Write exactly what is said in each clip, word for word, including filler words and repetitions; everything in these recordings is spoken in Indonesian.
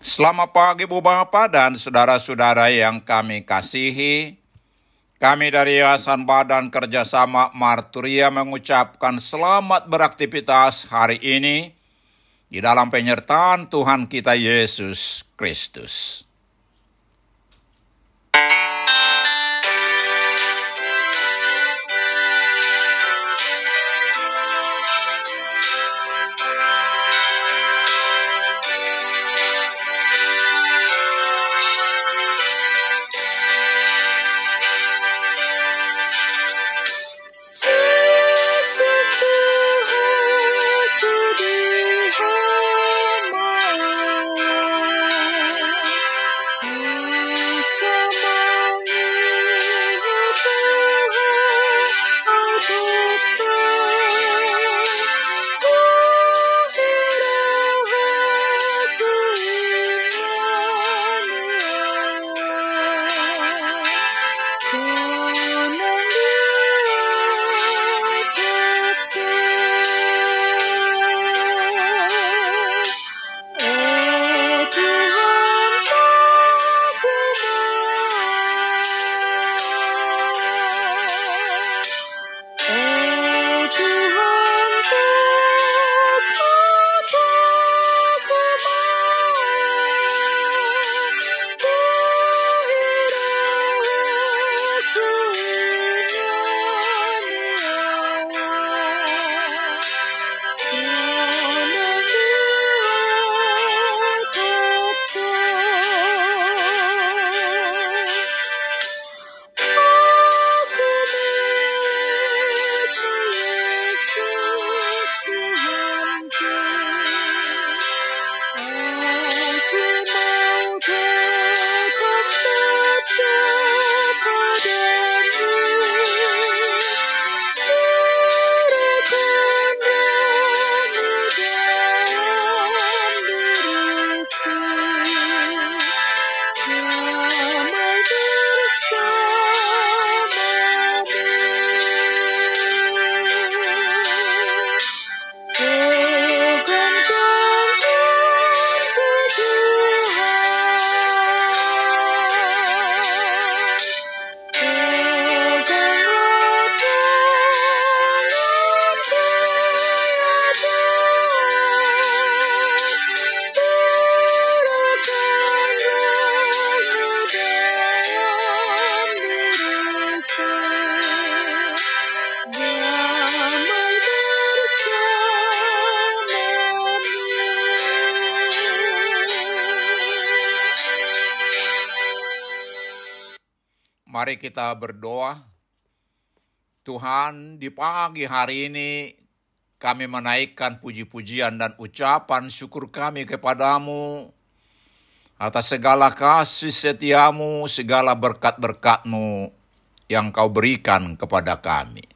Selamat pagi Bu Bapak dan saudara-saudara yang kami kasihi. Kami dari Yayasan Badan Kerjasama Marturia mengucapkan selamat beraktivitas hari ini di dalam penyertaan Tuhan kita Yesus Kristus. Mari kita berdoa. Tuhan, di pagi hari ini kami menaikkan puji-pujian dan ucapan syukur kami kepadamu atas segala kasih setiamu, segala berkat-berkat-Mu yang Kau berikan kepada kami.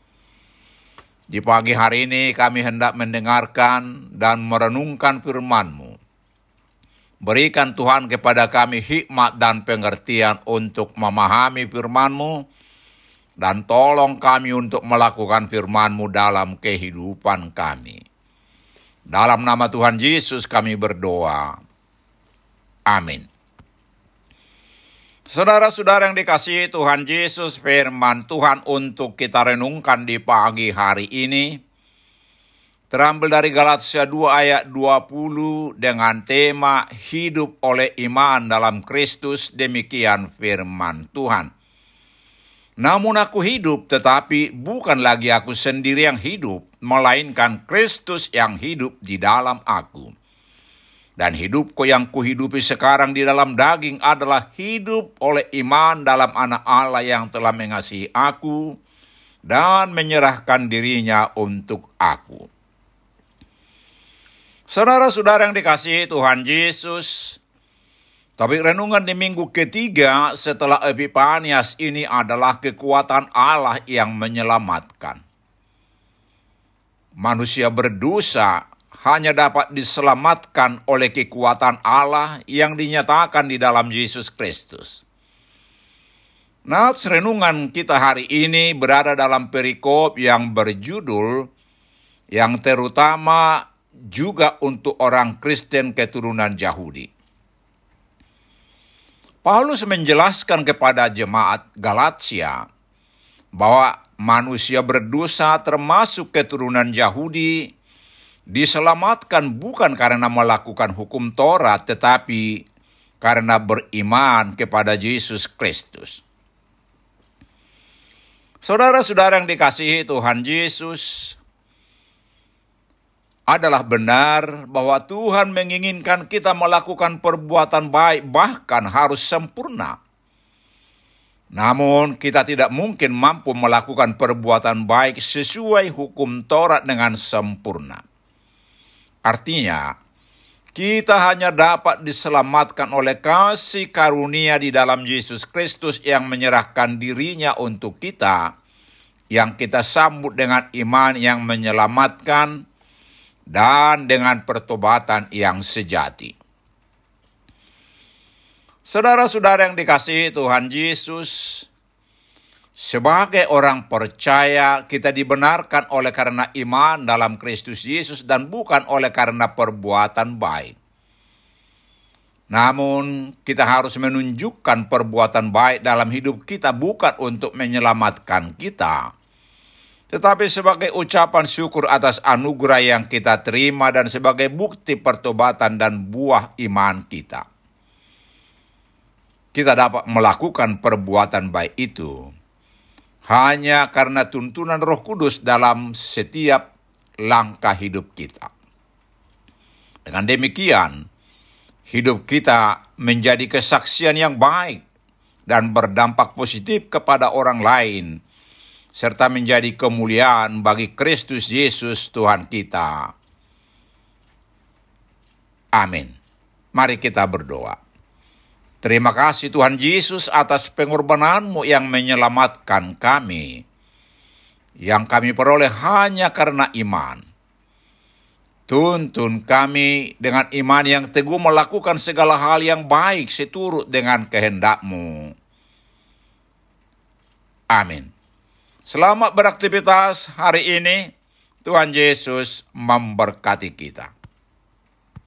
Di pagi hari ini kami hendak mendengarkan dan merenungkan firman-Mu. Berikan Tuhan kepada kami hikmat dan pengertian untuk memahami firman-Mu, dan tolong kami untuk melakukan firman-Mu dalam kehidupan kami. Dalam nama Tuhan Yesus kami berdoa. Amin. Saudara-saudara yang dikasihi Tuhan Yesus, firman Tuhan untuk kita renungkan di pagi hari ini terambil dari Galatia dua ayat dua puluh dengan tema hidup oleh iman dalam Kristus, demikian firman Tuhan. Namun aku hidup, tetapi bukan lagi aku sendiri yang hidup, melainkan Kristus yang hidup di dalam aku. Dan hidupku yang kuhidupi sekarang di dalam daging adalah hidup oleh iman dalam Anak Allah yang telah mengasihi aku dan menyerahkan dirinya untuk aku. Saudara-saudara yang dikasihi Tuhan Yesus, topik renungan di minggu ketiga setelah Epifanias ini adalah kekuatan Allah yang menyelamatkan. Manusia berdosa hanya dapat diselamatkan oleh kekuatan Allah yang dinyatakan di dalam Yesus Kristus. Nah, renungan kita hari ini berada dalam perikop yang berjudul, yang terutama juga untuk orang Kristen keturunan Yahudi. Paulus menjelaskan kepada jemaat Galatia bahwa manusia berdosa termasuk keturunan Yahudi diselamatkan bukan karena melakukan hukum Taurat, tetapi karena beriman kepada Yesus Kristus. Saudara-saudara yang dikasihi Tuhan Yesus, adalah benar bahwa Tuhan menginginkan kita melakukan perbuatan baik, bahkan harus sempurna. Namun kita tidak mungkin mampu melakukan perbuatan baik sesuai hukum Taurat dengan sempurna. Artinya, kita hanya dapat diselamatkan oleh kasih karunia di dalam Yesus Kristus yang menyerahkan dirinya untuk kita, yang kita sambut dengan iman yang menyelamatkan, dan dengan pertobatan yang sejati. Saudara-saudara yang dikasihi Tuhan Yesus, sebagai orang percaya kita dibenarkan oleh karena iman dalam Kristus Yesus dan bukan oleh karena perbuatan baik. Namun kita harus menunjukkan perbuatan baik dalam hidup kita bukan untuk menyelamatkan kita, tetapi sebagai ucapan syukur atas anugerah yang kita terima dan sebagai bukti pertobatan dan buah iman kita. Kita dapat melakukan perbuatan baik itu hanya karena tuntunan Roh Kudus dalam setiap langkah hidup kita. Dengan demikian, hidup kita menjadi kesaksian yang baik dan berdampak positif kepada orang lain, serta menjadi kemuliaan bagi Kristus Yesus Tuhan kita. Amin. Mari kita berdoa. Terima kasih Tuhan Yesus atas pengorbanan-Mu yang menyelamatkan kami, yang kami peroleh hanya karena iman. Tuntun kami dengan iman yang teguh melakukan segala hal yang baik seturut dengan kehendak-Mu. Amin. Selamat beraktivitas hari ini. Tuhan Yesus memberkati kita.